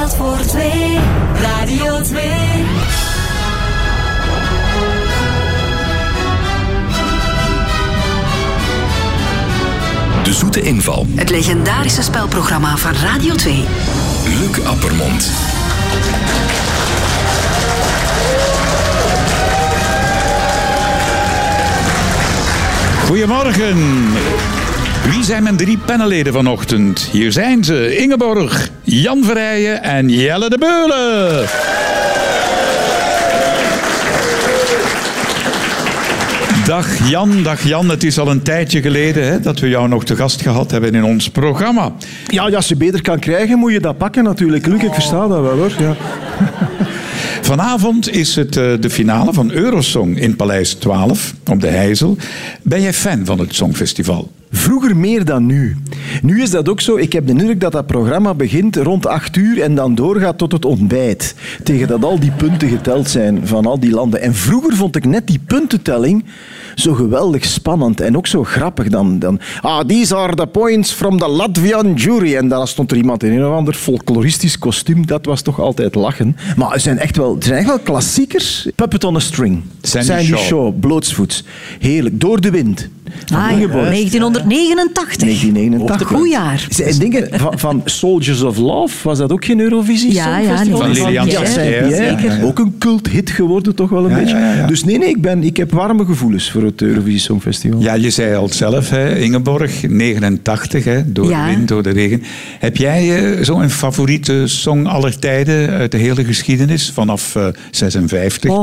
telt voor twee. Radio 2. De Zoete Inval. Het legendarische spelprogramma van Radio 2. Luc Appermond. Goedemorgen. Wie zijn mijn 3 panelleden vanochtend? Hier zijn ze. Ingeborg, Jan Verheijen en Jelle de Beulen. Dag Jan. Het is al een tijdje geleden dat we jou nog te gast gehad hebben in ons programma. Ja, als je beter kan krijgen, moet je dat pakken natuurlijk. Luc, ik versta dat wel hoor. Ja. Vanavond is het de finale van Eurosong in Paleis 12 op de Heijzel. Ben jij fan van het Songfestival? Vroeger meer dan nu. Nu is dat ook zo. Ik heb de indruk dat dat programma begint rond 8 uur en dan doorgaat tot het ontbijt. Tegen dat al die punten geteld zijn van al die landen. En vroeger vond ik net die puntentelling zo geweldig spannend en ook zo grappig. These are the points from the Latvian jury. En dan stond er iemand in een of ander folkloristisch kostuum. Dat was toch altijd lachen. Maar er zijn echt wel klassiekers. Puppet on a String. Sandy Shaw. Blootsvoets. Heerlijk. Door de wind. 1989. Goed jaar. Dingen van Soldiers of Love, was dat ook geen Eurovisie Songfestival? Van Lilian Saint-Pierre. Ook een culthit geworden, toch wel een beetje. Ja. Dus nee, ik heb warme gevoelens voor het Eurovisie Songfestival. Ja, je zei al zelf, Ingeborg, 89, door de wind, door de regen. Heb jij zo'n favoriete song aller tijden uit de hele geschiedenis, vanaf 56?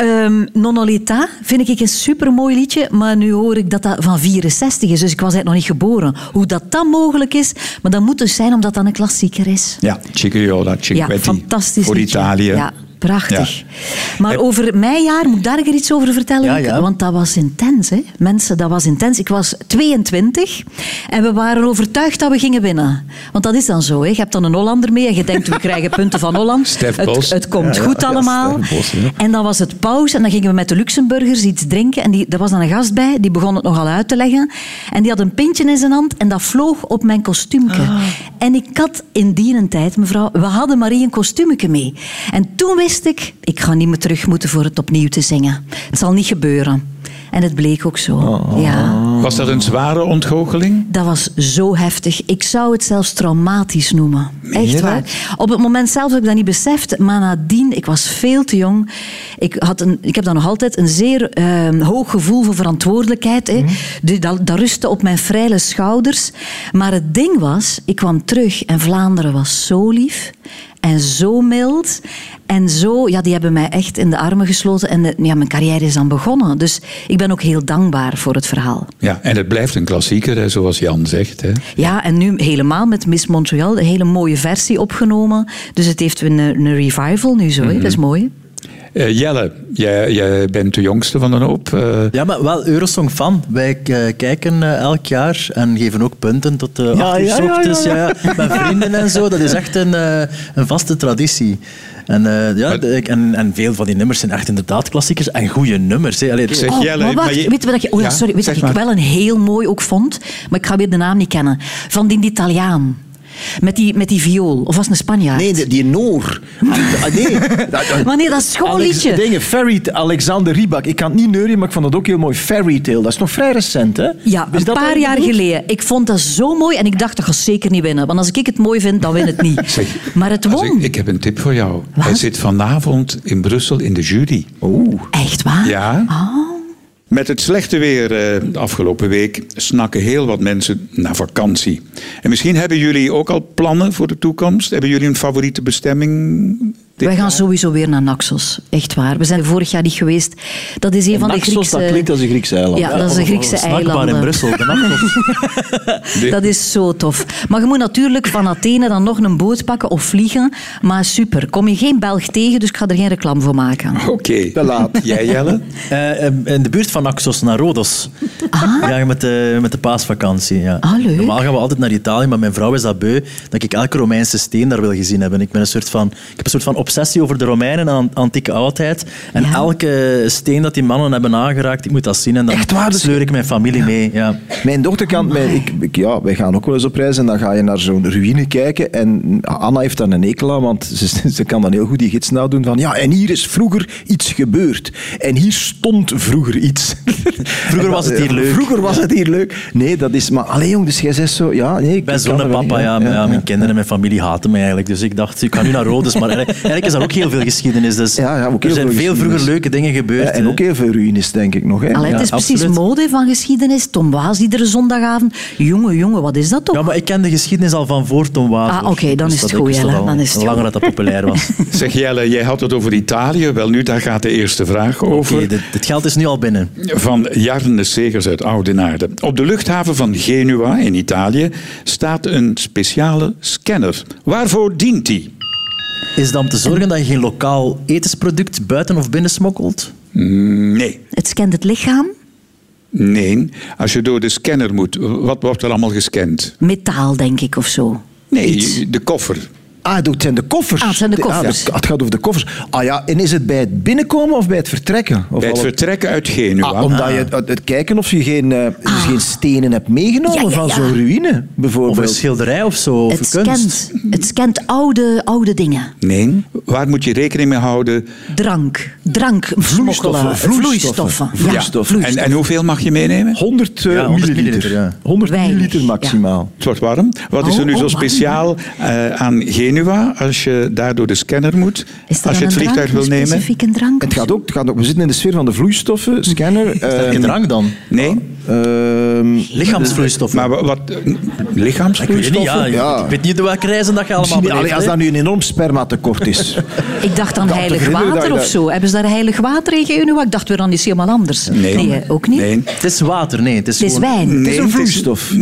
Nonolita vind ik een supermooi liedje, maar nu hoor ik dat van 64 is, dus ik was eigenlijk nog niet geboren. Hoe dat dan mogelijk is, maar dat moet dus zijn omdat dat een klassieker is. Ja, Cicchiola, Cinquetti. Ja, fantastisch voor liedje. Italië. Ja, prachtig. Ja. Maar over mijn jaar, moet ik daar iets over vertellen? Ja. Want dat was intens, hè. Mensen, dat was intens. Ik was 22 en we waren overtuigd dat we gingen winnen. Want dat is dan zo, hè. Je hebt dan een Hollander mee en je denkt, we krijgen punten van Holland. Het komt goed allemaal. En dan was het pauze en dan gingen we met de Luxemburgers iets drinken. En er was dan een gast bij, die begon het nogal uit te leggen. En die had een pintje in zijn hand en dat vloog op mijn kostuumke. En ik had in die tijd, mevrouw, we hadden maar één kostuumke mee. En toen wist ik ga niet meer terug moeten voor het opnieuw te zingen. Het zal niet gebeuren. En het bleek ook zo. Ja. Was dat een zware ontgoocheling? Dat was zo heftig. Ik zou het zelfs traumatisch noemen. Echt waar. Op het moment zelf heb ik dat niet beseft, maar nadien, ik was veel te jong. Ik heb dan nog altijd een zeer hoog gevoel voor verantwoordelijkheid. Hè. Dat rustte op mijn vrije schouders. Maar het ding was, ik kwam terug en Vlaanderen was zo lief en zo mild. En zo, die hebben mij echt in de armen gesloten. En mijn carrière is dan begonnen. Dus ik ben ook heel dankbaar voor het verhaal. Ja, en het blijft een klassieker, hè, zoals Jan zegt. Hè. Ja, en nu helemaal met Miss Montreal. Een hele mooie versie opgenomen. Dus het heeft een revival nu zo. Hè. Dat is mooi. Jelle, jij bent de jongste van een hoop. Ja, maar wel Eurosong-fan. Wij kijken elk jaar en geven ook punten tot 8 uur 's ochtends. Ja. Met vrienden en zo. Dat is echt een vaste traditie. En veel van die nummers zijn echt inderdaad klassiekers en goede nummers. Hè. Weet je wat ik wel een heel mooi ook vond? Maar ik ga weer de naam niet kennen. Van die Italiaan. Met die viool. Of was het een Spanjaard? Nee, die Noor. Maar nee, dat is gewoon een liedje. Alexander Rybak. Ik kan het niet neurien, maar ik vond het ook heel mooi. Fairy Tale. Dat is nog vrij recent, hè? Ja, een paar jaar geleden. Ik vond dat zo mooi en ik dacht, dat gaat zeker niet winnen. Want als ik het mooi vind, dan win het niet. Maar het won. Ik heb een tip voor jou. Wat? Hij zit vanavond in Brussel in de jury. Echt waar? Ja. Met het slechte weer de afgelopen week snakken heel wat mensen naar vakantie. En misschien hebben jullie ook al plannen voor de toekomst? Hebben jullie een favoriete bestemming? Wij gaan sowieso weer naar Naxos. Echt waar. We zijn vorig jaar niet geweest. Dat is een van de Griekse... Naxos, dat klinkt als een Griekse eiland. Ja, dat is een Griekse eiland. in Brussel, de Naxos. Dat is zo tof. Maar je moet natuurlijk van Athene dan nog een boot pakken of vliegen. Maar super. Kom je geen Belg tegen, dus ik ga er geen reclame voor maken. Oké. Te laat. Jij, Jelle? In de buurt van Naxos, naar Rhodos. Ja, met de paasvakantie. Ja. Leuk. Normaal gaan we altijd naar Italië, maar mijn vrouw is dat beu dat ik elke Romeinse steen daar wil gezien hebben. Ik heb een soort van obsessie obsessie over de Romeinen en antieke oudheid. En elke steen dat die mannen hebben aangeraakt, ik moet dat zien. En dan sleur ik mijn familie mee. Ja. Mijn dochter kan... wij gaan ook wel eens op reis en dan ga je naar zo'n ruïne kijken. En Anna heeft daar een hekel aan, want ze kan dan heel goed die gids nadoen van en hier is vroeger iets gebeurd. En hier stond vroeger iets. Vroeger was het hier leuk. Vroeger was het hier leuk. Nee, dat is... Maar allee jong, dus jij zegt zo... Ja, nee, ik ben zonnepapa, mijn kinderen en mijn familie haten mij eigenlijk. Dus ik dacht, ik ga nu naar Rhodes, maar eigenlijk is daar ook heel veel geschiedenis. Dus ook er zijn veel vroeger leuke dingen gebeurd. En ook heel veel ruïnes, denk ik nog. Hè? Allee, het is precies absoluut. mode van geschiedenis. Tom Waas iedere zondagavond. Jongen, wat is dat toch? Ja, maar ik ken de geschiedenis al van voor Tom Waas. Oké, dan is het goed, Jelle. Dan is het langer dat dat populair was. Zeg Jelle, jij had het over Italië. Wel nu, daar gaat de eerste vraag over. Oké, het geld is nu al binnen. Van Jarne Segers uit Oudenaarde. Op de luchthaven van Genua in Italië staat een speciale scanner. Waarvoor dient die? Is dat om te zorgen dat je geen lokaal etensproduct buiten of binnen smokkelt? Nee. Het scant het lichaam. Nee. Als je door de scanner moet, wat wordt er allemaal gescand? Metaal, denk ik, of zo. Nee, de koffer. Het zijn de koffers. Het zijn de koffers. Het gaat over de koffers. En is het bij het binnenkomen of bij het vertrekken? Of bij het vertrekken uit Genua. Omdat je het kijken of je geen stenen hebt meegenomen van zo'n ruïne, bijvoorbeeld. Of een schilderij of zo, of kunst. Het scant oude dingen. Nee. Waar moet je rekening mee houden? Drank smokkelen. Vloeistoffen. En hoeveel mag je meenemen? 100 milliliter. 100 milliliter maximaal. Het wordt warm. Wat is er nu zo speciaal aan Genua, als je daar door de scanner moet, als je het vliegtuig wil nemen? Specifiek een drank? Het gaat ook, we zitten in de sfeer van de vloeistoffen, scanner. Is dat geen drank dan? Nee. Lichaamsvloeistoffen. Maar wat? Lichaamsvloeistoffen? Ik weet niet welke reizen dat je allemaal beleeft. Als dat nu een enorm spermatekort is. Ik dacht aan heilig water of zo. Hebben ze daar heilig water in Genua? Ik dacht weer dan iets helemaal anders. Nee, ook niet? Nee. Het is water, nee. Het is wijn. Het is een vloeistof.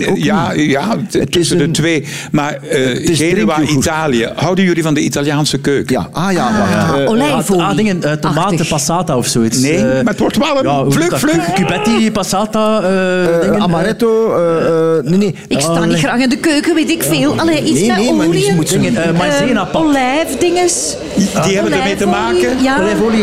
Het is de twee. Maar Genua, Italië. Houden jullie van de Italiaanse keuken? Olijfolie. Tomaten, passata of zoiets. Nee, maar het wordt wel vlug. Cubetti, passata. Amaretto. Nee. Ik sta niet graag in de keuken, weet ik veel. Iets met olie. Maïzena-pap. Olijfdinges. Die hebben ermee te maken? Ja. Olijfolie.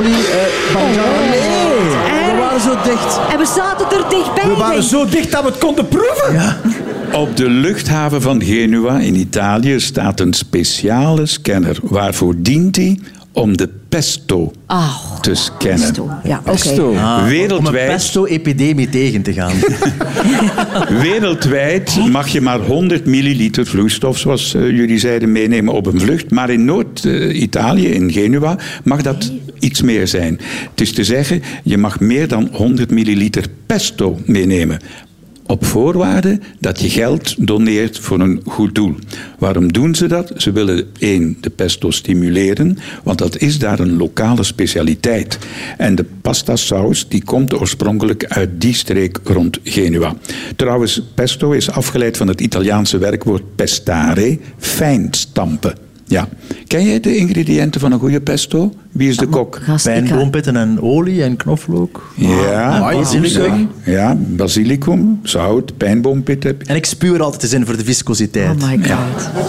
We waren zo dicht. En we zaten er dichtbij. We waren zo dicht dat we het konden proeven. Ja. Op de luchthaven van Genua in Italië staat een speciale scanner. Waarvoor dient die? Om de pesto te scannen. Pesto. Ja, pesto. Wereldwijd, om een pesto-epidemie tegen te gaan. Wereldwijd mag je maar 100 milliliter vloeistof, zoals jullie zeiden, meenemen op een vlucht. Maar in Noord-Italië, in Genua, mag dat iets meer zijn. Het is te zeggen, je mag meer dan 100 milliliter pesto meenemen. Op voorwaarde dat je geld doneert voor een goed doel. Waarom doen ze dat? Ze willen de pesto stimuleren, want dat is daar een lokale specialiteit. En de pastasaus die komt oorspronkelijk uit die streek rond Genua. Trouwens, pesto is afgeleid van het Italiaanse werkwoord pestare, fijn stampen. Ja. Ken jij de ingrediënten van een goede pesto? Wie is de kok? Pijnboompitten en olie en knoflook. Ja, basilicum. Ja, basilicum, zout, pijnboompitten. En ik spuur altijd eens in voor de viscositeit. Oh my god. Ja.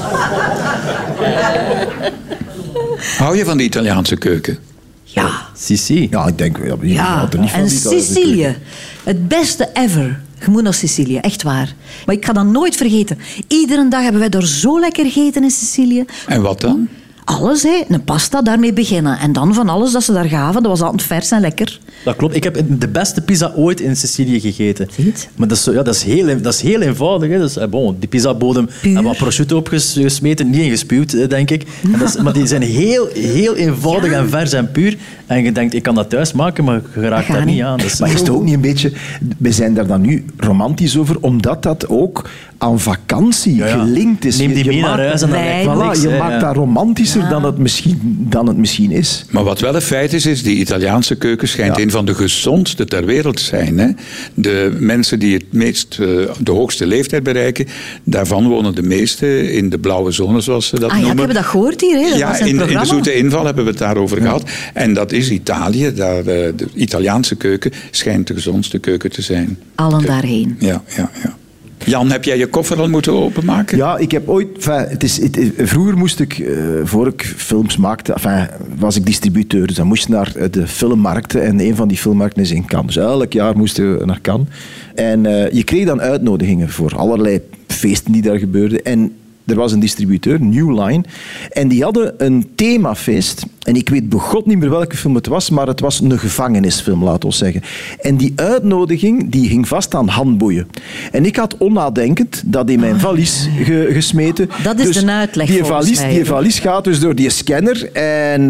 Hou je van de Italiaanse keuken? Ja. Sissi. Ja, ik denk... En Sicilië. Het beste ever. Je moet naar Sicilië, echt waar. Maar ik ga dat nooit vergeten. Iedere dag hebben wij daar zo lekker gegeten in Sicilië. En wat dan? Alles, hè. Een pasta, daarmee beginnen. En dan van alles dat ze daar gaven, dat was altijd vers en lekker. Dat klopt. Ik heb de beste pizza ooit in Sicilië gegeten. Ziet? Maar dat is heel eenvoudig. Hè. Dus, die pizzabodem en wat prosciutto opgesmeten, niet ingespuwd, denk ik. En maar die zijn heel eenvoudig en vers en puur. En je denkt, ik kan dat thuis maken, maar je raakt daar niet aan. Maar is het ook niet een beetje... We zijn daar dan nu romantisch over, omdat dat ook aan vakantie gelinkt is. Neem die mee naar huis en dan je maakt dat romantischer dan het misschien is. Maar wat wel een feit is die Italiaanse keuken schijnt een van de gezondste ter wereld te zijn. Hè? De mensen die de hoogste leeftijd bereiken, daarvan wonen de meeste in de blauwe zone, zoals ze dat noemen. Ja, we hebben dat gehoord hier. Hè? Dat in de Zoete Inval hebben we het daarover gehad. En dat is Italië. De Italiaanse keuken schijnt de gezondste keuken te zijn. Allen daarheen. Ja. Jan, heb jij je koffer al moeten openmaken? Ja, ik heb ooit... vroeger moest ik, voor ik films maakte, was ik distributeur. Dus dan moest je naar de filmmarkten. En een van die filmmarkten is in Cannes. Dus elk jaar moesten we naar Cannes. En je kreeg dan uitnodigingen voor allerlei feesten die daar gebeurden. En er was een distributeur, New Line, en die hadden een themafeest. En ik weet begot niet meer welke film het was, maar het was een gevangenisfilm, laten we zeggen. En die uitnodiging die hing vast aan handboeien. En ik had onnadenkend dat in mijn valies gesmeten. Dat is dus de uitleg die valies gaat dus door die scanner. En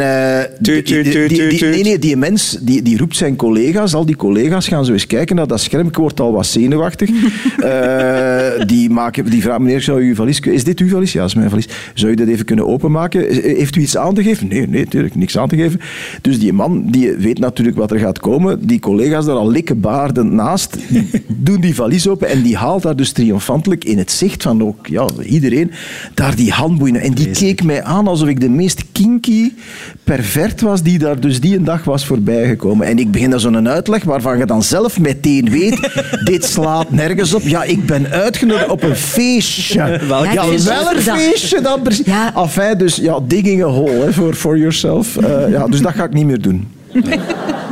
die mens die roept zijn collega's. Al die collega's gaan zo eens kijken naar dat scherm. Ik word al wat zenuwachtig. Die vragen, meneer, zou uw valies... Is dit uw valies? Ja, dat is mijn valies. Zou u dat even kunnen openmaken? Heeft u iets aan te geven? Nee, natuurlijk niks aan te geven. Dus die man die weet natuurlijk wat er gaat komen. Die collega's daar al likkebaardend naast doen die valies open en die haalt daar dus triomfantelijk in het zicht van ook, iedereen daar die handboeien. En die keek mij aan alsof ik de meest kinky pervert was die daar dus die een dag was voorbijgekomen. En ik begin daar zo'n uitleg waarvan je dan zelf meteen weet, dit slaat nergens op. Ja, ik ben uitgenodigd op een feestje. Wel een feestje dan precies. Ja. Enfin, dus digging a hole for yourself. Dus dat ga ik niet meer doen. Nee.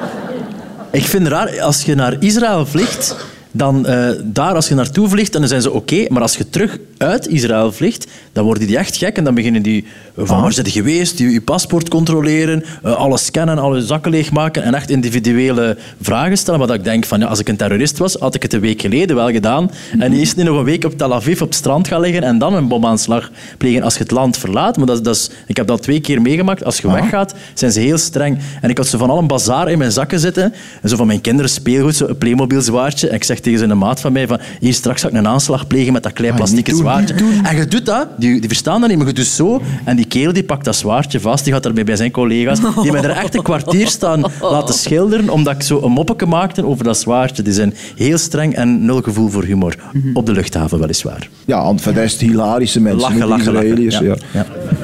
Ik vind het raar, als je naar Israël vliegt, dan daar, als je naartoe vliegt, dan zijn ze oké. Maar als je terug uit Israël vliegt, dan worden die echt gek. En dan beginnen die van waar zijn je geweest, je paspoort controleren, alles scannen, alle zakken leegmaken en echt individuele vragen stellen. Maar dat ik denk van, als ik een terrorist was, had ik het een week geleden wel gedaan. En eerst niet nog een week op Tel Aviv op het strand gaan liggen en dan een bomaanslag plegen als je het land verlaat. Maar ik heb dat 2 keer meegemaakt. Als je weggaat, zijn ze heel streng. En ik had zo van al een bazaar in mijn zakken zitten. En zo van mijn kinderen speelgoed, zo een Playmobil zwaardje. En ik zeg tegen zo'n maat van mij van, hier straks ga ik een aanslag plegen met dat klein plastieke zwaardje. En je doet dat, die verstaan dat niet, maar je doet zo. En die kerel die pakt dat zwaardje vast, die gaat erbij bij zijn collega's. Die hebben er echt een kwartier staan laten schilderen, omdat ik zo een moppetje maakte over dat zwaardje. Die zijn heel streng en 0 gevoel voor humor. Op de luchthaven weliswaar. Ja, want dat is hilarische mensen. Lachen. Ja.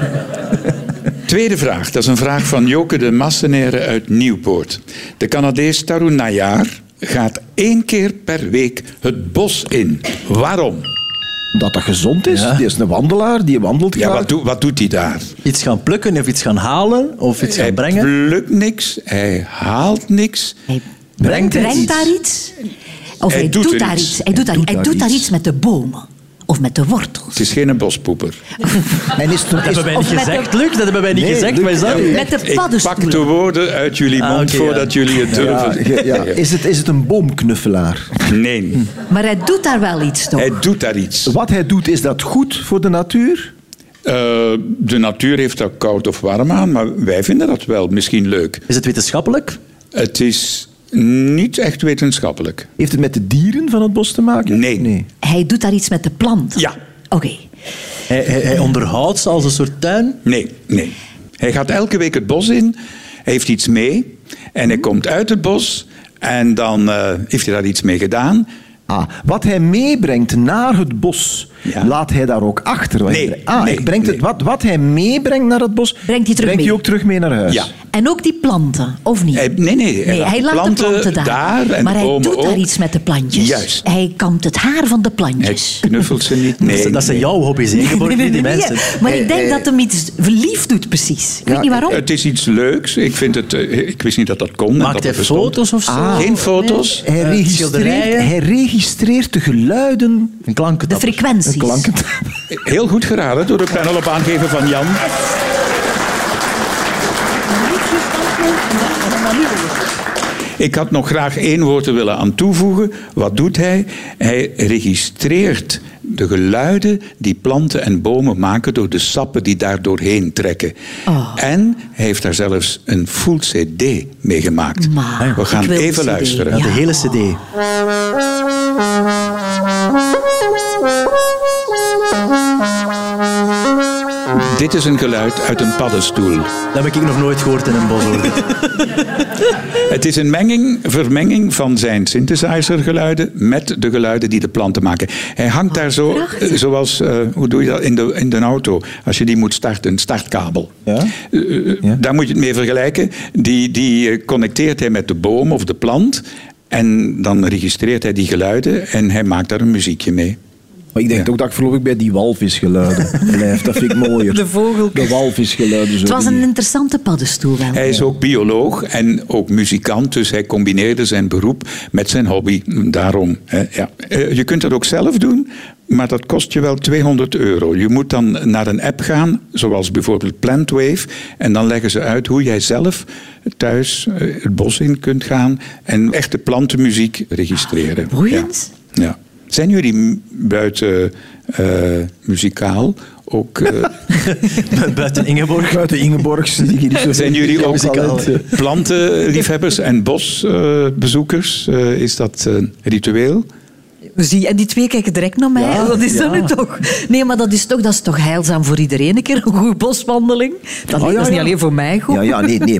Tweede vraag, dat is een vraag van Joke de Massenaire uit Nieuwpoort. De Canadees Tarun Nayar gaat 1 keer per week het bos in. Waarom? Dat gezond is. Ja. Die is een wandelaar, die wandelt graag. Ja, wat doet hij daar? Iets gaan plukken of iets gaan halen of iets gaan brengen? Hij plukt niks, hij haalt niks. Hij brengt daar iets? Of hij doet daar iets? Hij doet daar iets met de bomen. Of met de wortels. Het is geen bospoeper. Dat hebben wij niet gezegd, Luc. Dat hebben wij niet gezegd. Luc, met de paddenstoelen. Ik pak de woorden uit jullie mond voordat jullie het durven. Ja. Is het een boomknuffelaar? Nee. Maar hij doet daar wel iets, toch? Hij doet daar iets. Wat hij doet, is dat goed voor de natuur? De natuur heeft dat koud of warm aan, maar wij vinden dat wel misschien leuk. Is het wetenschappelijk? Het is niet echt wetenschappelijk. Heeft het met de dieren van het bos te maken? Nee. Hij doet daar iets met de planten? Ja. Oké. Hij onderhoudt ze als een soort tuin? Nee. Hij gaat elke week het bos in, hij heeft iets mee en hij komt uit het bos en dan heeft hij daar iets mee gedaan. Wat hij meebrengt naar het bos, laat hij daar ook achter? Wat hij meebrengt naar het bos, brengt hij ook terug mee naar huis? Ja. En ook die planten, of niet? Nee. Hij laat de planten daar en maar hij doet daar ook iets met de plantjes. Juist. Hij kampt het haar van de plantjes. Hij knuffelt ze niet. Nee. Dat zijn jouw hobby's, die mensen. Maar ik denk dat hem iets verliefd doet, precies. Ik weet niet waarom. Het is iets leuks. Ik wist niet dat dat kon. Maakt hij foto's of zo? Geen foto's. Hij registreert de geluiden. De frequenties. Heel goed geraden door de panel op aangeven van Jan. Ik had nog graag 1 woord te willen aan toevoegen. Wat doet hij? Hij registreert de geluiden die planten en bomen maken door de sappen die daar doorheen trekken. En hij heeft daar zelfs een full CD mee gemaakt. We gaan even luisteren. De hele CD. Dit is een geluid uit een paddenstoel. Dat heb ik nog nooit gehoord in een bos. Het is een vermenging van zijn synthesizergeluiden met de geluiden die de planten maken. Hij hangt daar zo, zoals, hoe doe je dat in de auto? Als je die moet starten, een startkabel. Ja? Daar moet je het mee vergelijken. Die connecteert hij met de boom of de plant. En dan registreert hij die geluiden en hij maakt daar een muziekje mee. Maar ik denk ook dat ik voorlopig bij die walvisgeluiden blijf. Dat vind ik mooier. De vogel. De walvisgeluiden. Zo. Het was een interessante paddenstoel wel. Hij is ook bioloog en ook muzikant, dus hij combineerde zijn beroep met zijn hobby. Daarom, ja. Je kunt dat ook zelf doen, maar dat kost je wel €200. Je moet dan naar een app gaan, zoals bijvoorbeeld Plantwave, en dan leggen ze uit hoe jij zelf thuis het bos in kunt gaan en echte plantenmuziek registreren. Boeiend. Ja. Zijn jullie buiten muzikaal ook... Buiten Ingeborg? Buiten Ingeborg. Zijn jullie ook plantenliefhebbers en bosbezoekers? Is dat ritueel? Zie, en die twee kijken direct naar mij. Ja, dat is dan nu toch... Nee, maar dat is toch heilzaam voor iedereen. Een keer een goede boswandeling. Dat is niet alleen voor mij goed. Nee.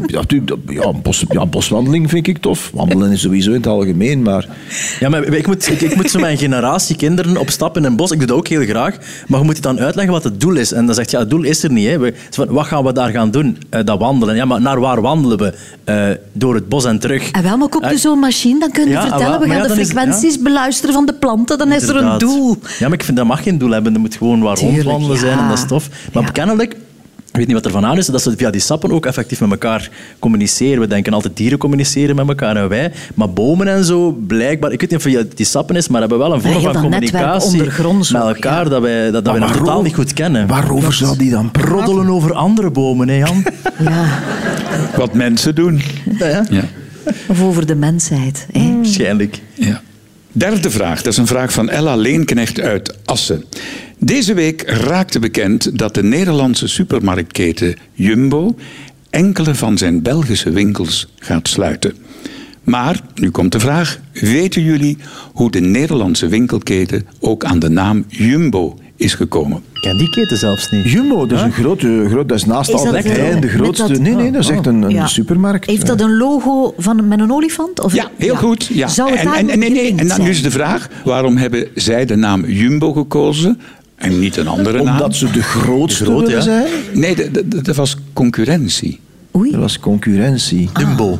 Boswandeling vind ik tof. Wandelen is sowieso in het algemeen, maar... Ja, maar ik moet zo mijn generatie kinderen op stap in een bos. Ik doe dat ook heel graag. Maar je moet het dan uitleggen wat het doel is. En dan zegt je, het doel is er niet. Hè. Wat gaan we daar gaan doen? Dat wandelen. Ja, maar naar waar wandelen we? Door het bos en terug. En wel, maar koop je zo'n machine, dan kun je vertellen. We gaan de frequenties beluisteren van de planten, dan is er een doel. Ja, maar ik vind dat mag geen doel hebben. Er moet gewoon waar rondwandelen zijn en dat is tof. Maar kennelijk, ik weet niet wat er van aan is, dat ze via die sappen ook effectief met elkaar communiceren. We denken altijd dieren communiceren met elkaar en wij. Maar bomen en zo, blijkbaar... Ik weet niet of via die sappen is, maar hebben wel een vorm van communicatie met elkaar dat wij nog totaal niet goed kennen. Waarover zou die dan praten? Roddelen over andere bomen, hè Jan? Ja. Wat mensen doen. Ja. Of over de mensheid. Waarschijnlijk. Ja. Derde vraag, dat is een vraag van Ella Leenknecht uit Assen. Deze week raakte bekend dat de Nederlandse supermarktketen Jumbo enkele van zijn Belgische winkels gaat sluiten. Maar, nu komt de vraag, weten jullie hoe de Nederlandse winkelketen ook aan de naam Jumbo is gekomen? Ik ken die keten zelfs niet. Jumbo, dat is een groot, dat is naast Is dat Albert Heijn de grootste. Nee, dat is echt een supermarkt. Heeft dat een logo met een olifant? Of Ja, heel goed. Ja. Zou het daarom En dan zijn? nu is de vraag, waarom hebben zij de naam Jumbo gekozen en niet een andere naam? Omdat ze de grootste willen zijn? Nee, dat was concurrentie. Oei. Er was concurrentie. Jumbo.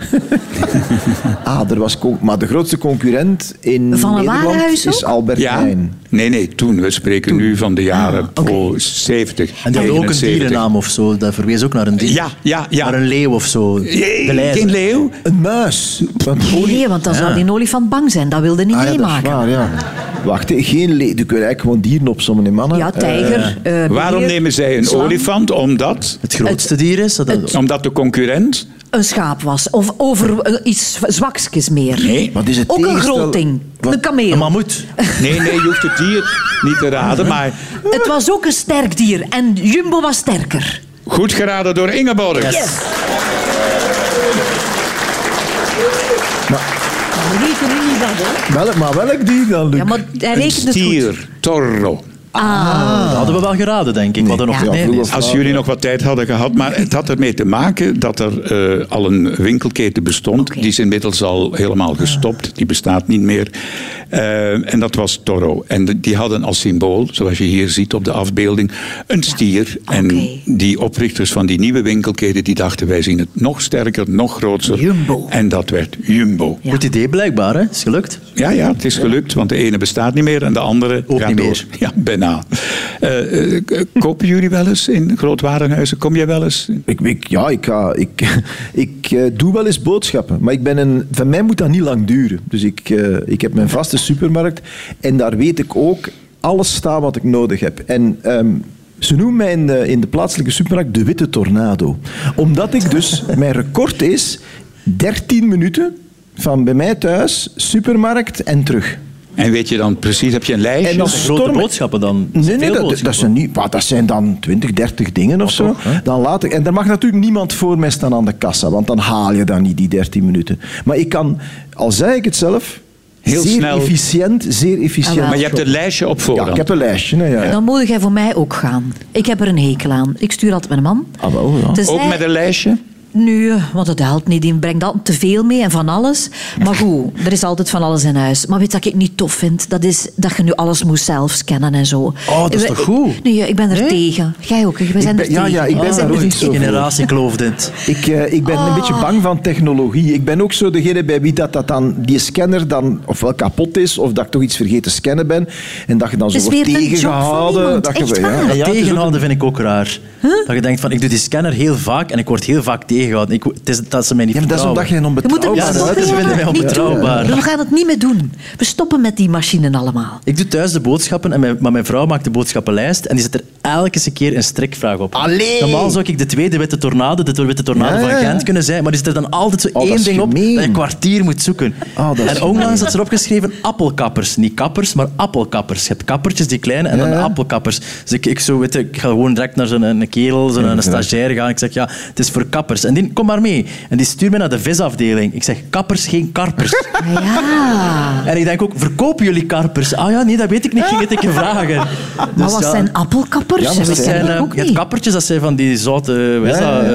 Er was maar de grootste concurrent in Van een Nederland warenhuis is ook? Albert Heijn. Nee, toen. We spreken nu van de jaren 70. En die had ook een dierennaam of zo. Dat verwees ook naar een dier. Ja. Naar een leeuw of zo. Geen leeuw? Een muis. Nee, want dan zou die olifant bang zijn. Dat wilde niet Dat is meemaken. waar, ja. Wacht, geen leeuw. Je kunt eigenlijk gewoon dieren opzommen in mannen. Ja, tijger. Waarom beer, nemen zij een slang. olifant? Omdat Het grootste dier is. de concurrent... Een schaap was. Of over iets zwakskes meer. Nee. Wat is het Ook een tegenstel- groot ding. Wat? Een kameel. Een mammoet. Nee, je hoeft het dier niet te raden, maar... Het was ook een sterk dier. En Jumbo was sterker. Goed geraden door Ingeborg. Yes. We weten nu niet dat, hè? Maar welk dier dan, Luc? Ja, maar hij Een rekent het goed. stier, Torro. Dat hadden we wel geraden, denk ik. We hadden nog Ja. nee, vroeger- Als jullie nog wat tijd hadden gehad. Maar het had ermee te maken dat er al een winkelketen bestond. Oké. Die is inmiddels al helemaal gestopt. Die bestaat niet meer. En dat was Toro. En die hadden als symbool, zoals je hier ziet op de afbeelding, een stier. En Oké. die oprichters van die nieuwe winkelketen, die dachten wij zien het nog sterker, nog groter. Jumbo. En dat werd Jumbo. Ja. Goed idee blijkbaar, hè? Is gelukt. Ja, het is gelukt, want de ene bestaat niet meer en de andere Ook gaat niet door. meer. Ja, bijna. Kopen jullie wel eens in grootwarenhuizen? Kom jij wel eens? Ik doe wel eens boodschappen. Maar van mij moet dat niet lang duren. Dus ik heb mijn vaste supermarkt. En daar weet ik ook alles staan wat ik nodig heb. En... ze noemen mij in de plaatselijke supermarkt de witte tornado. Omdat ik dus... Mijn record is 13 minuten van bij mij thuis, supermarkt en terug. En weet je dan precies, heb je een lijstje? En dan Grote boodschappen dan. Nee, Veel dat zijn dan 20, 30 dingen of zo. toch, hè? Dan laat ik, en er mag natuurlijk niemand voor mij staan aan de kassa, want dan haal je dan niet die 13 minuten. Maar ik kan, al zei ik het zelf, Heel zeer snel. zeer efficiënt. Maar je hebt een lijstje op Ja, voorhand. ik heb een lijstje. Hè, ja. Dan moet jij voor mij ook gaan. Ik heb er een hekel aan. Ik stuur altijd mijn man. Ah, wel, ja. Tenzij- Ook met een lijstje? Nee, want het helpt niet. Die brengt altijd te veel mee en van alles. Maar goed, er is altijd van alles in huis. Maar weet je wat ik niet tof vind? Dat is dat je nu alles moet zelf scannen en zo. Oh, dat is toch goed? Nee, ik ben er tegen. Jij ook, wij zijn er tegen. Ja, ik ben daar ook niet zo voor. Generatiekloof dit. Ik ben een beetje bang van technologie. Ik ben ook zo degene bij wie dat dan die scanner dan ofwel kapot is, of dat ik toch iets vergeten te scannen ben. En dat je dan zo Het is wordt weer een job van tegengehouden. iemand. Dat je, Echt waar? Dat het is tegenhouden vind ik ook raar. Dat je denkt van, ik doe die scanner heel vaak en ik word heel vaak tegengehouden. Het is dat ze mij niet Ja, maar dat is omdat vertrouwen. je een Je moet er onbetrouwbaar niet Ja, stoppen. dat vinden wij Niet doen. onbetrouwbaar. We gaan het niet meer doen. We stoppen met die machinen allemaal. Ik doe thuis de boodschappen, maar mijn vrouw maakt de boodschappenlijst en die zet er elke keer een strikvraag op. Allee! Normaal zou ik de tweede witte tornado Ja, van ja. Gent kunnen zijn, maar die zet er dan altijd zo dat één is ding op gemeen. dat je een kwartier moet zoeken. Dat is En onlangs had ze erop geschreven appelkappers. Niet kappers, maar appelkappers. Je hebt kappertjes, die kleine, en dan de appelkappers. Dus ik ga gewoon direct naar zo'n kerel, zo'n stagiair gaan. Ik zeg, ja, het is voor kappers. En die, kom maar mee. En die stuurt mij naar de visafdeling. Ik zeg, kappers, geen karpers. Ja. En ik denk ook, verkopen jullie karpers? Ah ja, nee, dat weet ik niet. Ik ging het een keer vragen. Maar Dus wat ja, zijn appelkappers? Ja, maar Dat dat ken zijn, ik ook je hebt niet. kappertjes, dat zijn van die zoute,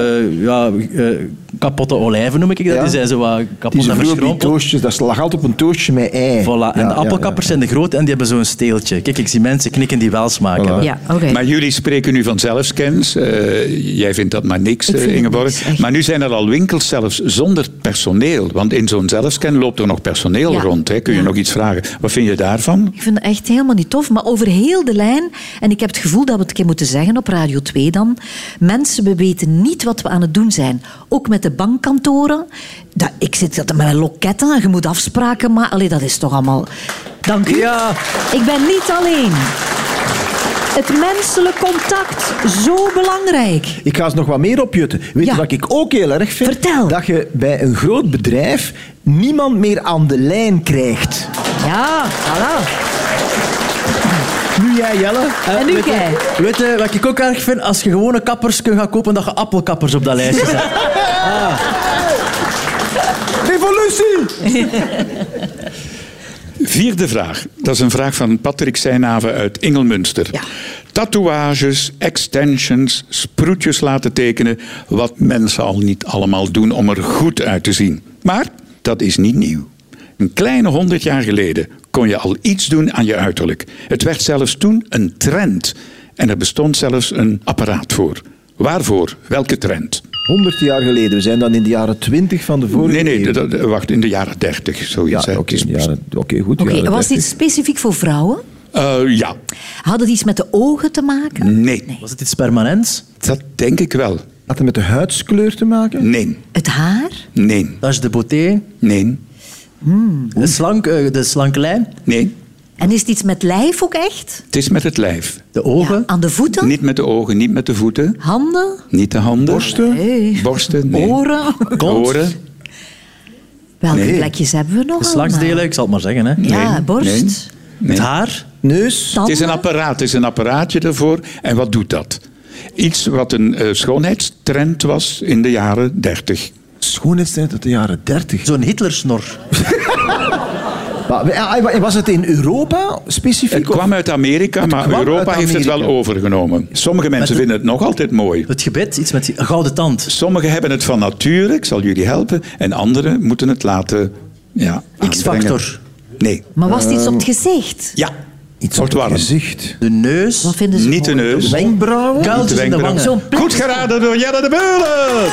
kapotte olijven noem ik dat. Ja. Die zijn zo wat Die kapot zijn en vroeger op die verschrompeld. toastjes, dat lag altijd op een toastje met ei. Voilà. En Ja, de appelkappers zijn de grote en die hebben zo'n steeltje. Kijk, ik zie mensen knikken die wel smaak hebben. Ja, oké. Maar jullie spreken nu van zelfscans. Jij vindt dat maar niks, Ik vind het Ingeborg. niks, echt. Maar nu zijn er al winkels zelfs zonder personeel. Want in zo'n zelfscan loopt er nog personeel Ja. rond. Hè. Kun je Ja. nog iets vragen? Wat vind je daarvan? Ik vind het echt helemaal niet tof. Maar over heel de lijn, en ik heb het gevoel dat we het een keer moeten zeggen op Radio 2 dan. Mensen, we weten niet wat we aan het doen zijn. Ook met de bankkantoren. Ik zit met mijn loketten en je moet afspraken maken. Allee, dat is toch allemaal... Dank u. Ja. Ik ben niet alleen. Het menselijk contact, zo belangrijk. Ik ga eens nog wat meer opjutten. Weet Ja. je wat ik ook heel erg vind? Vertel. Dat je bij een groot bedrijf niemand meer aan de lijn krijgt. Ja, voilà. Nu jij, Jelle. En nu jij. Weet je wat ik ook erg vind? Als je gewone kappers kunt gaan kopen, dat je appelkappers op dat lijstje zet. Revolutie! Vierde vraag. Dat is een vraag van Patrick Seijnhaven uit Ingelmünster. Ja. Tatoeages, extensions, sproetjes laten tekenen. Wat mensen al niet allemaal doen om er goed uit te zien. Maar dat is niet nieuw. Een kleine 100 jaar geleden kon je al iets doen aan je uiterlijk. Het werd zelfs toen een trend. En er bestond zelfs een apparaat voor. Waarvoor? Welke trend? 100 jaar geleden. We zijn dan in de jaren 20 van de vorige Nee, eeuw. wacht, in de jaren 30. Zoiets. Ja, hè. oké, Het is- goed. Oké, jaren was het 30. iets specifiek voor vrouwen? Ja, Had het iets met de ogen te maken? nee. Was het iets permanents? Dat denk ik wel. Had het met de huidskleur te maken? Nee, Het haar? nee, Dat is de beauté. nee, De slanke lijn. nee. En is het iets met lijf ook echt? Het is met het lijf. De ogen. Ja, aan de voeten? Niet met de ogen, niet met de voeten, Handen? niet de handen. Borsten? Nee. Borsten, nee. Oren? Oren, Welke Nee. plekjes hebben we nog Geslachtsdelen, allemaal? ik zal het maar zeggen. Hè. Ja, Nee, borst. nee. nee. Het haar. Neus? Het Tanden? is een apparaat, het is een apparaatje ervoor. En wat doet dat? Iets wat een schoonheidstrend was in de jaren 30. Schoonheidstrend uit de jaren 30. Zo'n Hitlersnor. Maar was het in Europa specifiek? Het kwam uit Amerika, maar kwam Europa uit heeft het wel Amerika. overgenomen. Sommige mensen de- vinden het nog altijd mooi. Het gebed, iets met die gouden tand. Sommigen hebben het van nature, ik zal jullie helpen. En anderen moeten het laten X-factor. aanbrengen. Nee. Maar was het iets op het gezicht? Ja, Iets wordt op het warm. gezicht. De neus. Wat vinden ze Niet de mooi? neus. Wenkbrauwen? Kuiltjes in de wangen. Zo'n plek. Goed geraden door Jelle de Beulen.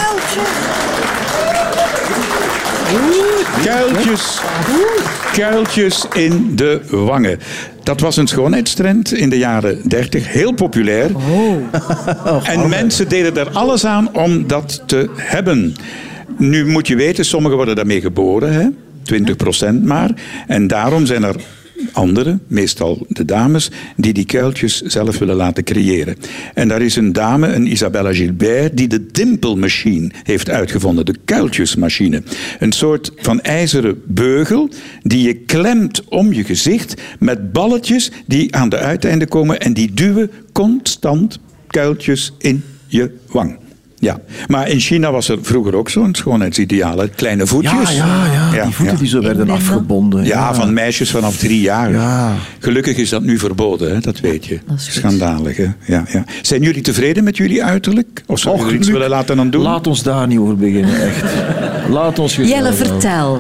Kuiltjes in de wangen. Dat was een schoonheidstrend in de jaren 30. Heel populair. En mensen deden er alles aan om dat te hebben. Nu moet je weten, sommigen worden daarmee geboren. Hè? 20% maar. En daarom zijn er anderen, meestal de dames, die kuiltjes zelf willen laten creëren. En daar is een dame, een Isabella Gilbert, die de Dimple Machine heeft uitgevonden. De kuiltjesmachine. Een soort van ijzeren beugel die je klemt om je gezicht met balletjes die aan de uiteinden komen en die duwen constant kuiltjes in je wang. Ja, maar in China was er vroeger ook zo'n schoonheidsideaal. Hè? Kleine voetjes. Ja, die voeten die zo werden afgebonden. Ja, van meisjes vanaf 3 jaar. Ja. Gelukkig is dat nu verboden, hè? Dat weet je. Dat is goed. Schandalig, hè? Ja. Zijn jullie tevreden met jullie uiterlijk? Of zou je er iets Luc, willen laten aan doen? Laat ons daar niet over beginnen, echt. Laat ons gezellig Jelle, houden. vertel.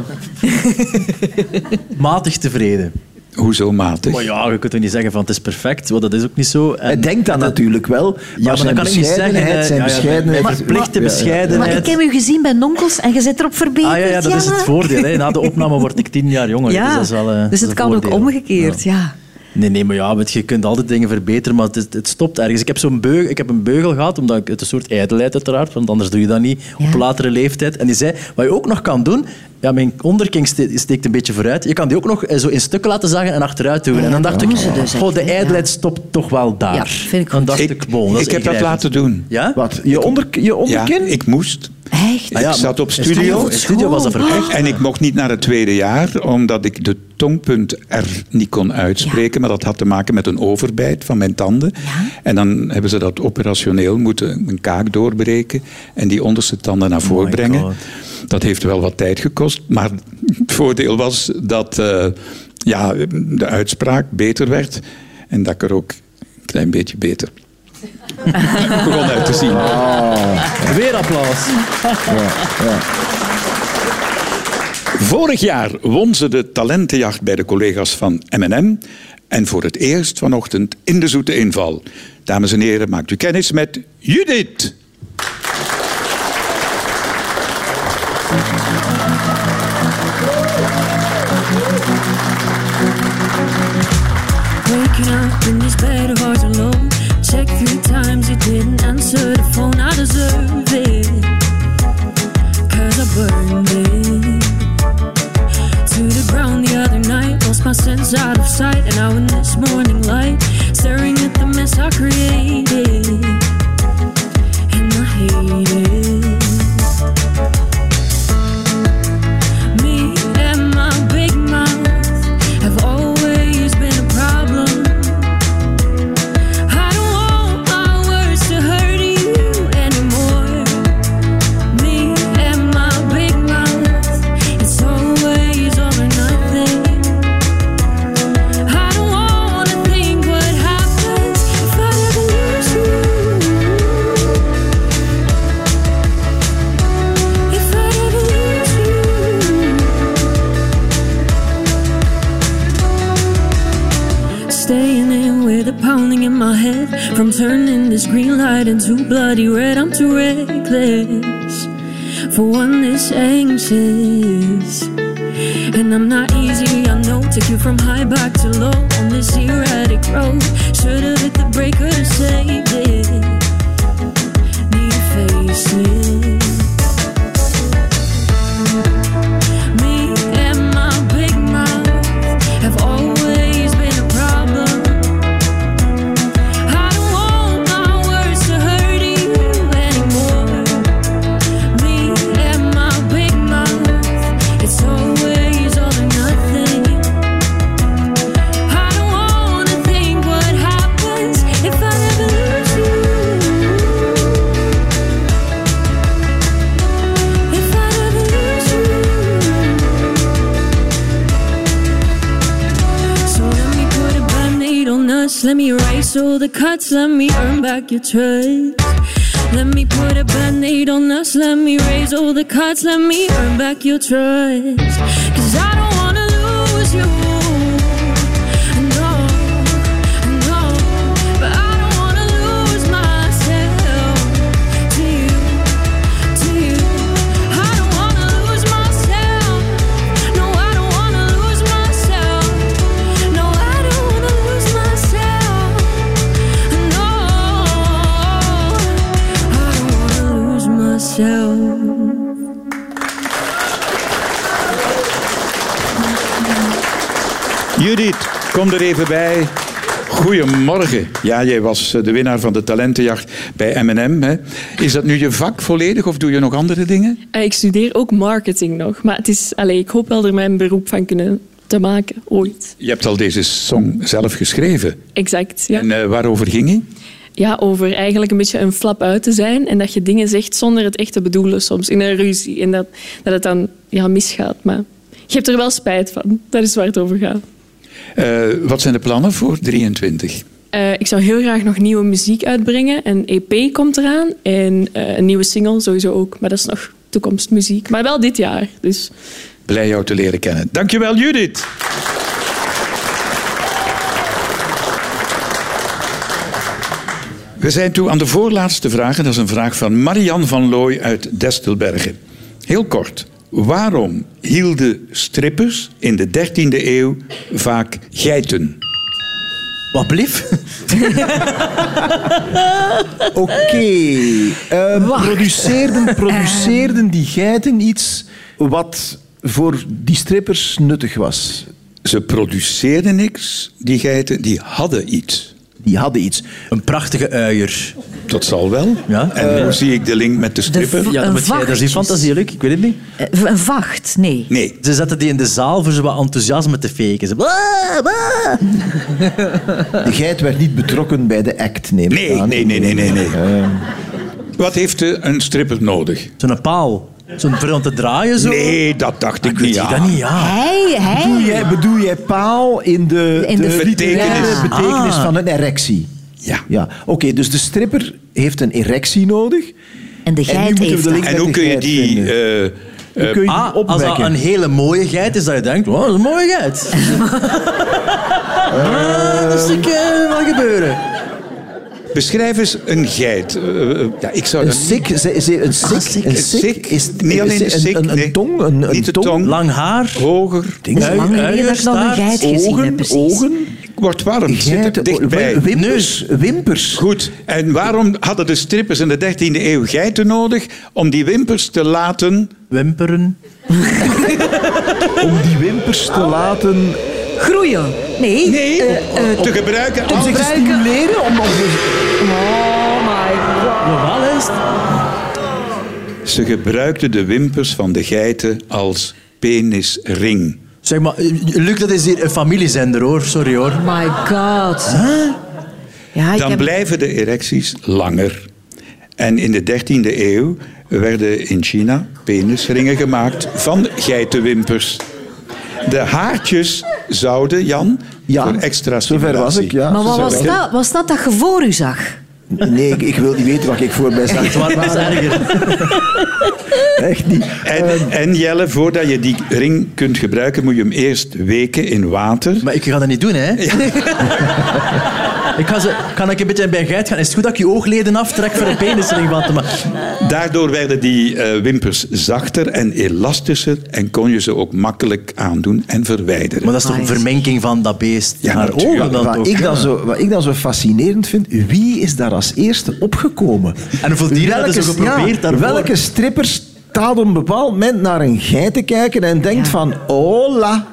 Matig tevreden. Hoezo matig? Maar ja, je kunt toch niet zeggen van het is perfect, want dat is ook niet zo. En Hij denkt dat natuurlijk wel, maar maar dat kan ik niet zeggen. zijn bescheidenheid... Mijn verplichte bescheidenheid. Maar ik heb u gezien bij Nonkels en je zit erop verbeterd, ja, dat is het Jelle. voordeel. Hè. Na de opname word ik 10 jaar jonger. Ja, Dus, dat is wel, dus het kan ook omgekeerd, ja. Nee, maar ja, je kunt altijd dingen verbeteren, maar het stopt ergens. Ik heb een beugel gehad, omdat ik het een soort ijdelheid uiteraard, want anders doe je dat niet op latere leeftijd. En die zei, wat je ook nog kan doen, ja, mijn onderkin steekt een beetje vooruit, je kan die ook nog zo in stukken laten zagen en achteruit doen. En dan dacht ik, de ijdelheid stopt toch wel daar. Ja, vind ik Dan goed. dacht ik, bon, dat is Ik heb dat ingrijpend. laten doen. Ja? Wat? Je onderkin? Ja, ik moest. Echt? Ik zat op studio. In studio was dat verplicht. En ik mocht niet naar het tweede jaar, omdat ik de tongpunt R niet kon uitspreken. Maar dat had te maken met een overbijt van mijn tanden. Ja. En dan hebben ze dat operationeel moeten een kaak doorbreken en die onderste tanden naar voren my brengen. God. Dat heeft wel wat tijd gekost. Maar het voordeel was dat de uitspraak beter werd. En dat ik er ook een klein beetje beter begon uit te zien. Weer applaus. Vorig jaar won ze de talentenjacht bij de collega's van M&M. En voor het eerst vanochtend in de zoete inval. Dames en heren, maakt u kennis met Judith. Waking up in this bed of ours alone. Check 3 times, you didn't answer the phone. I deserve it, 'cause I burned it to the ground the other night. Lost my sense out of sight, and now in this morning light, staring at the mess I created, and I hate it. Me and my big mouth have always been a problem. I don't want my words to hurt you anymore. Me and my big mouth, it's always all or nothing. I don't wanna think what happens if I ever lose you. If I ever lose you. Staying in with a pounding in my head, from turning this green light into bloody red. I'm too reckless for one this anxious, and I'm not easy, I know. Take you from high back to low on this erratic road. Should've hit the brake, could've saved it. Need to face it. Me and my big mouth have always been a problem. I don't want my words to hurt you anymore. Me and my big mouth, it's always all or nothing. I don't wanna think what happens if I ever lose you. If I ever lose you. So let me put a band-aid on us. Let me erase all the cuts. Let me earn back your trust. Let me put a band-aid on us. Let me erase all the cuts. Let me earn back your trust. 'Cause I don't wanna lose you. No, no. But I don't wanna lose myself to you, to you. I don't wanna lose myself. No, I don't wanna lose myself. No, I don't wanna lose myself. No, I don't wanna lose myself. Judith, kom er even bij. Goedemorgen. Ja, jij was de winnaar van de talentenjacht bij M&M. Hè. Is dat nu je vak volledig of doe je nog andere dingen? Ik studeer ook marketing nog. Maar het is, ik hoop wel er mijn beroep van kunnen te maken, ooit. Je hebt al deze song zelf geschreven. Exact, ja. En waarover ging hij? over eigenlijk een beetje een flap uit te zijn. En dat je dingen zegt zonder het echt te bedoelen soms in een ruzie. En dat het dan misgaat. Maar je hebt er wel spijt van. Dat is waar het over gaat. Wat zijn de plannen voor 23? Ik zou heel graag nog nieuwe muziek uitbrengen. Een EP komt eraan. En een nieuwe single sowieso ook. Maar dat is nog toekomstmuziek. Maar wel dit jaar. Dus. Blij jou te leren kennen. Dankjewel, Judith. We zijn toe aan de voorlaatste vraag. Dat is een vraag van Marianne van Looy uit Destelbergen. Heel kort. Waarom hielden strippers in de 13e eeuw vaak geiten? Wat blief? Oké. Produceerden die geiten iets wat voor die strippers nuttig was? Ze produceerden niks, die geiten, die hadden iets. Die hadden iets. Een prachtige uier. Dat zal wel. Ja? En hoe zie ik de link met de stripper? Ja, dat is die fantasie, Luc. Ik weet het niet. Een vacht, nee. Nee. Ze zetten die in de zaal voor zo wat enthousiasme te faken. Ze... De geit werd niet betrokken bij de act, neem ik aan. Nee. Wat heeft een stripper nodig? Zo'n paal. Zo'n voor om te draaien zo? Nee, dat dacht ik niet. Dat niet, ja. Bedoel jij paal in de betekenis van een erectie? Ja. Oké, dus de stripper heeft een erectie nodig. En de geit heeft dat. En hoe kun je die... als dat een hele mooie geit is, dat je denkt, wow, dat is een mooie geit. Dat is wat gebeuren. Beschrijf eens een geit. Ik zou een sik is niet alleen een sik, een tong, niet de tong, lang haar, hoger, lang geleden dat ik nog een geit gezien heb, precies. Ogen. Ik word warm, zit er dichtbij. Wimpers. Goed, en waarom hadden de strippers in de 13e eeuw geiten nodig? Om die wimpers te laten... Wimperen. Om die wimpers te laten... Groeien. Nee. Te gebruiken Om zich te stimuleren. Oh my god. Normaal is het. Ze gebruikten de wimpers van de geiten als penisring. Zeg maar, Luc, dat is hier een familiezender, hoor. Sorry, hoor. Oh my god. Ja, Dan blijven de erecties langer. En in de 13e eeuw werden in China penisringen gemaakt van geitenwimpers. De haartjes zouden, Jan, voor extra stimulatie... Zover was ik, ja. Maar wat was dat? Was dat je voor u zag? Nee, ik wil niet weten wat ik voor mij zag. Wat was erger? Echt niet. En Jelle, voordat je die ring kunt gebruiken, moet je hem eerst weken in water. Maar ik ga dat niet doen, hè. Ja. Kan ik een beetje bij geit gaan? Is het goed dat ik je oogleden aftrek voor een penisring van te maken? Daardoor werden die wimpers zachter en elastischer en kon je ze ook makkelijk aandoen en verwijderen. Maar dat is toch een vermenking van dat beest? Ja, haar natuurlijk. ogen dan toch? Wat ik dan zo fascinerend vind, wie is daar als eerste opgekomen? En hoeveel dieren hadden ze geprobeerd daarvoor? Welke strippers staat op een bepaald moment naar een geit te kijken en denkt van, hola,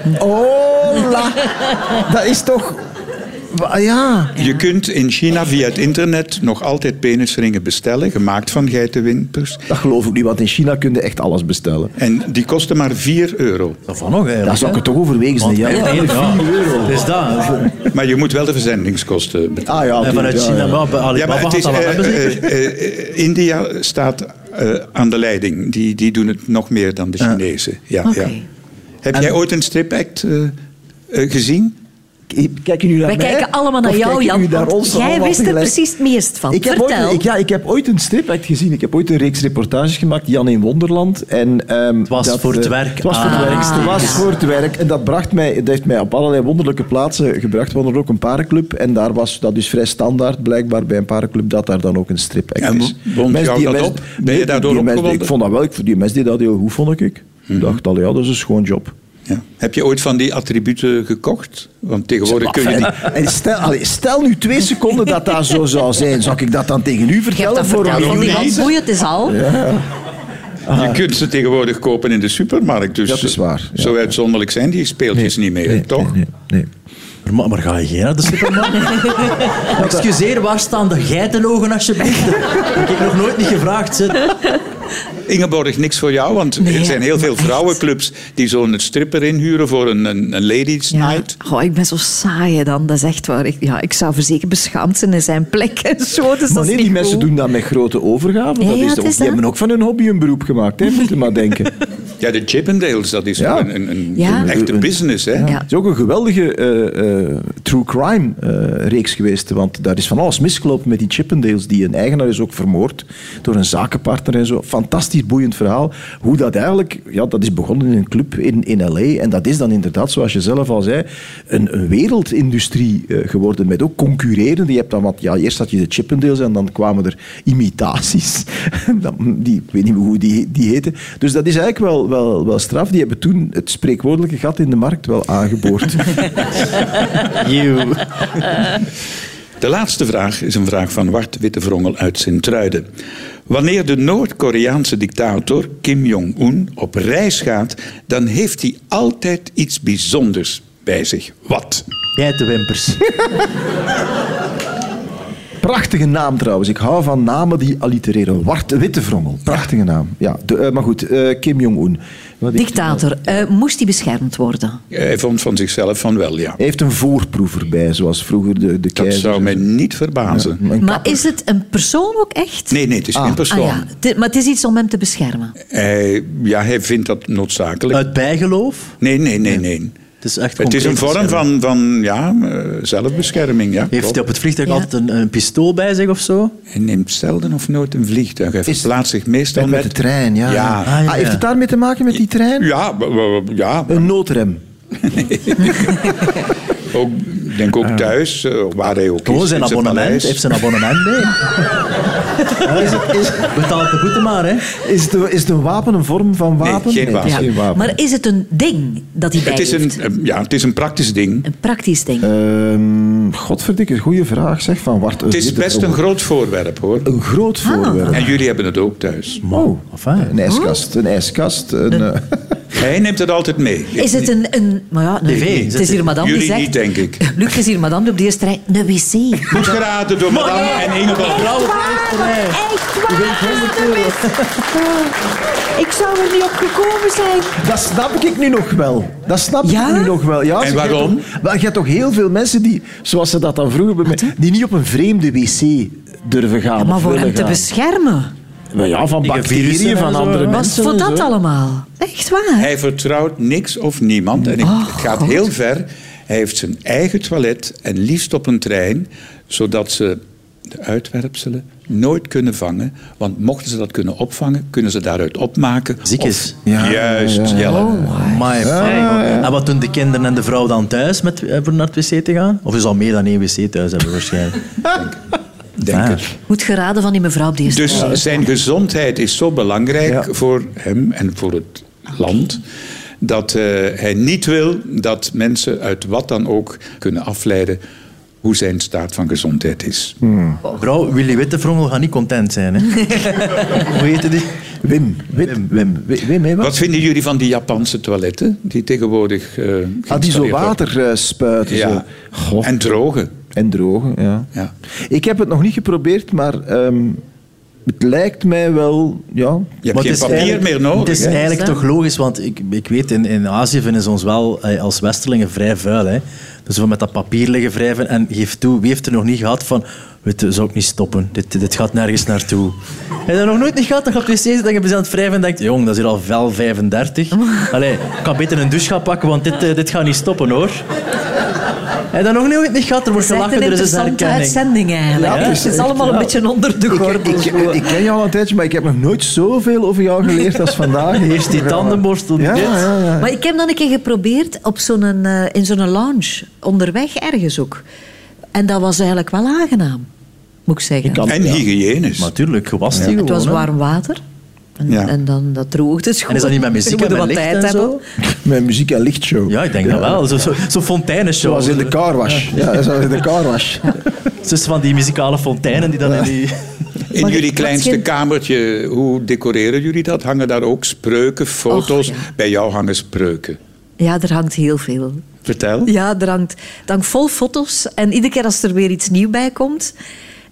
dat is toch... Ja. Je kunt in China via het internet nog altijd penisringen bestellen, gemaakt van geitenwimpers. Dat geloof ik niet, want in China kun je echt alles bestellen. En die kosten maar €4. Dat van nog, eigenlijk. Dat zou ik het toch overwegen. €4. Dat is dat. Maar je moet wel de verzendingskosten betalen. Ah ja, vanuit China. Ja, maar het is, India staat aan de leiding. Die doen het nog meer dan de Chinezen. Ja, Okay. Heb jij ooit een stripact gezien? Kijken jullie naar Wij kijken allemaal naar jou, Jan. Want jij wist er precies het meest van. Vertel. Ik heb ooit een stripact gezien. Ik heb ooit een reeks reportages gemaakt, Jan in Wonderland. En, het was voor het werk. Het was voor het werk. En dat heeft mij op allerlei wonderlijke plaatsen gebracht. We hadden ook een parenclub. En daar was dat dus vrij standaard, blijkbaar bij een parenclub, dat daar dan ook een stripact is. Wond jou dat op? Ben je daardoor opgewonden? Ik vond dat wel. Die mensen die dat heel goed, vond ik. Ik dacht al, ja, dat is een schoon job. Ja. Heb je ooit van die attributen gekocht? Want tegenwoordig kun je die... Stel nu 2 seconden dat dat zo zou zijn. Zou ik dat dan tegen u vertellen? Dat van die handboeien, het is al. Ja. Je kunt ze tegenwoordig kopen in de supermarkt. Dus dat is waar. Ja. Zo uitzonderlijk zijn die speeltjes niet meer, toch? Nee. Maar ga je geen naar de supermarkt? Excuseer, waar staan de geitenogen alsjeblieft? Dat heb ik nog nooit niet gevraagd. Zit. Ingeborg, niks voor jou, want er zijn heel veel vrouwenclubs die zo'n stripper inhuren voor een ladies night. Oh, ik ben zo saai dan, dat is echt waar. Ik zou zeker beschaamd zijn in zijn plek en zo. Dus maar nee, die mensen doen dat met grote overgave. Die hebben ook van hun hobby een beroep gemaakt, hè, moet je maar denken. Ja, de Chippendales, dat is een echte business. Hè? Ja. Het is ook een geweldige true crime reeks geweest, want daar is van alles misgelopen met die Chippendales. Die een eigenaar is ook vermoord door een zakenpartner en zo. Fantastisch boeiend verhaal. Hoe dat eigenlijk, dat is begonnen in een club in L.A. En dat is dan inderdaad, zoals je zelf al zei, een wereldindustrie geworden met ook concurrerende. Je hebt dan eerst had je de Chippendales en dan kwamen er imitaties. Ik weet niet meer hoe die heten. Dus dat is eigenlijk wel straf. Die hebben toen het spreekwoordelijke gat in de markt wel aangeboord. De laatste vraag is een vraag van Wart Wittevrommel uit Sint-Truiden. Wanneer de Noord-Koreaanse dictator Kim Jong-un op reis gaat, dan heeft hij altijd iets bijzonders bij zich. Wat? Geitenwimpers. Prachtige naam trouwens. Ik hou van namen die allitereren. Wart Wittevrommel. Prachtige naam. Ja, maar goed, Kim Jong-un. Dictator. Moest hij beschermd worden? Hij vond van zichzelf van wel, ja. Hij heeft een voorproever bij, zoals vroeger de keizer. Dat zou mij niet verbazen. Ja, maar is het een persoon ook echt? Nee, het is geen persoon. Maar het is iets om hem te beschermen? Hij vindt dat noodzakelijk. Uit bijgeloof? Nee. Het is een vorm van zelfbescherming. Ja, heeft hij op het vliegtuig altijd een pistool bij zich of zo? Hij neemt zelden of nooit een vliegtuig. Hij verplaatst zich meestal met de trein. Ja. Heeft het daarmee te maken met die trein? Ja. Een noodrem. Ik denk ook thuis, waar hij ook is. Zijn abonnement. Heeft zijn abonnement mee. Betaalt de boete maar, hè. Is het een wapen, een vorm van wapen? Nee, geen wapen. Ja. Geen wapen. Maar is het een ding dat hij bij heeft? Het is een praktisch ding. Een praktisch ding. Godverdikke, goede vraag, zeg. Van Wart. Het is best een groot voorwerp, hoor. Een groot voorwerp. En jullie hebben het ook thuis. Een ijskast. Hij neemt het altijd mee. Is het een TV? Het is hier madame die Jullie zegt... niet, denk ik. Luc is hier madame die op de eerste rij. Een wc. Goed geraden door madame en Ingeborg. Echt waar. Ik zou er niet op gekomen zijn. Dat snap ik nu nog wel. Ja, en waarom? Je hebt toch heel veel mensen die, zoals ze dat dan vroeger bij mij, die niet op een vreemde wc durven gaan. Maar voor hem te beschermen. Van bacteriën van andere mensen. Wat voor dat allemaal? Echt waar? Hij vertrouwt niks of niemand. En het gaat heel ver. Hij heeft zijn eigen toilet en liefst op een trein, zodat ze de uitwerpselen nooit kunnen vangen. Want mochten ze dat kunnen opvangen, kunnen ze daaruit opmaken. Ziek is. Juist, Jelle. En wat doen de kinderen en de vrouw dan thuis voor naar het wc te gaan? Of is al meer dan één wc thuis hebben waarschijnlijk? Denk het. Goed geraden van die mevrouw op die eerste Dus rij. zijn gezondheid is zo belangrijk voor hem en voor het land, dat hij niet wil dat mensen uit wat dan ook kunnen afleiden hoe zijn staat van gezondheid is. Vrouw, Willy Wittevrommel gaat niet content zijn. Hè? Hoe heette die? Wim, Wat vinden jullie van die Japanse toiletten die tegenwoordig die zo water spuiten. Ja. Zo. En drogen. En drogen, ja. Ik heb het nog niet geprobeerd, maar het lijkt mij wel... Ja. Je hebt geen papier meer nodig. Het is eigenlijk toch logisch, want ik weet, in Azië vinden ze ons wel als Westerlingen vrij vuil. Hè. Dus we met dat papier liggen wrijven. En geef toe, wie heeft er nog niet gehad van... Weet je, zou ik niet stoppen. Dit gaat nergens naartoe. Heb je dat nog nooit niet gehad? Dan gaat het wc zitten, dan ben je aan het wrijven en denkt... Jong, dat is hier al wel 35. Allee, ik kan beter een douche gaan pakken, want dit gaat niet stoppen, hoor. Heb je dat nog nooit niet gehad? Er wordt gelachen, er is een interessante uitzending eigenlijk. Ja, het is allemaal een beetje onder de gordel. Ik ken jou al een tijdje, maar ik heb nog nooit zoveel over jou geleerd als vandaag. Eerst die tandenborstel. Ja. Maar ik heb dan een keer geprobeerd in zo'n lounge, onderweg ergens ook. En dat was eigenlijk wel aangenaam, moet ik zeggen. En hygiënisch. Natuurlijk, gewas die gewoon. Het was warm water. En dan dat droogt het goed. En is dat niet met muziek en met licht en zo? Met muziek en lichtshow. Ja, ik denk dat wel. Zo'n fonteinenshow. Zoals in de carwash. Zoals in de carwash. Dus van die muzikale fonteinen die dan in die... In jullie kleinste kamertje, hoe decoreren jullie dat? Hangen daar ook spreuken, foto's? Bij jou hangen spreuken. Ja, er hangt heel veel. Vertel. Ja, er hangt vol foto's. En iedere keer als er weer iets nieuws bij komt...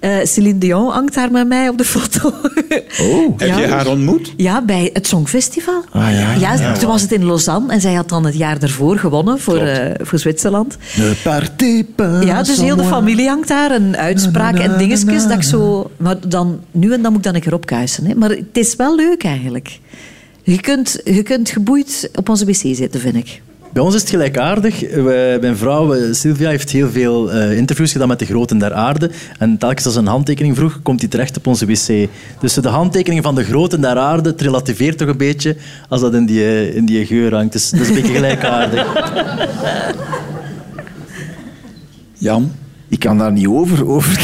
Céline Dion hangt daar met mij op de foto. Oh. Heb je haar ontmoet? Ja, bij het Songfestival. Ja, toen was het in Lausanne en zij had dan het jaar ervoor gewonnen voor Zwitserland. Ja, dus heel de familie hangt daar. Een uitspraak en dingetjes dat ik zo... Maar dan, nu en dan moet ik dan een keer opkuisen. Hè. Maar het is wel leuk eigenlijk. Je kunt geboeid op onze wc zitten, vind ik. Bij ons is het gelijkaardig. Mijn vrouw Sylvia heeft heel veel interviews gedaan met de groten der aarde. En telkens als ze een handtekening vroeg, komt die terecht op onze wc. Dus de handtekening van de groten der aarde, het relativeert toch een beetje als dat in die geur hangt. Dus dat is een beetje gelijkaardig. Jan? Ik kan daar niet over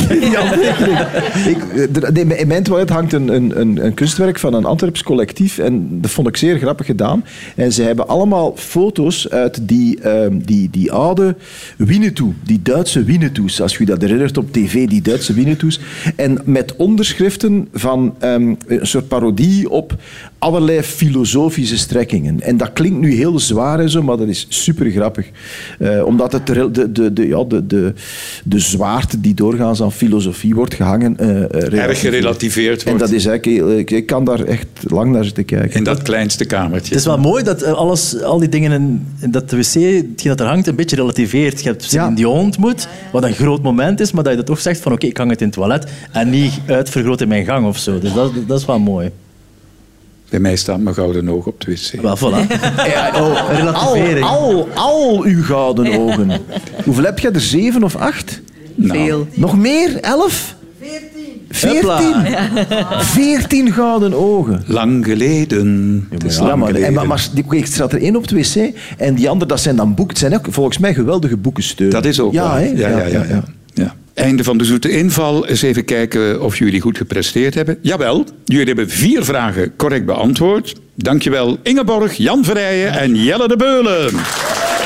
in mijn toilet hangt een kunstwerk van een Antwerps collectief en dat vond ik zeer grappig gedaan. En ze hebben allemaal foto's uit die oude Winnetou, die Duitse Winnetous, als je dat herinnert op tv, die Duitse Winnetous. En met onderschriften van een soort parodie op allerlei filosofische strekkingen. En dat klinkt nu heel zwaar en zo, maar dat is super grappig. Omdat het de zwaarte die doorgaans aan filosofie wordt gehangen... erg gerelativeerd wordt. En dat is eigenlijk... Ik kan daar echt lang naar zitten kijken. In dat kleinste kamertje. Het is wel mooi dat al die dingen in dat wc, hetgeen dat er hangt, een beetje relativeert. Je hebt Céline Dion ontmoet, wat een groot moment is, maar dat je dat toch zegt van oké, ik hang het in het toilet en niet uitvergroot in mijn gang of zo. Dus dat is wel mooi. Bij mij staat mijn gouden oog op de wc. Wel, voilà. Relativering. Al uw gouden ogen. Hoeveel heb je er? 7 of 8? Nou. Veel. Nog meer? 11? 14? 14 gouden ogen. Lang geleden. Maar ik zat er 1 op het wc en die andere, dat zijn dan boeken. Het zijn ook volgens mij geweldige boekensteunen. Dat is ook ja, ja. Einde van de zoete inval. Eens even kijken of jullie goed gepresteerd hebben. Jawel, jullie hebben 4 vragen correct beantwoord. Dankjewel Ingeborg, Jan Verrijen en Jelle de Beulen.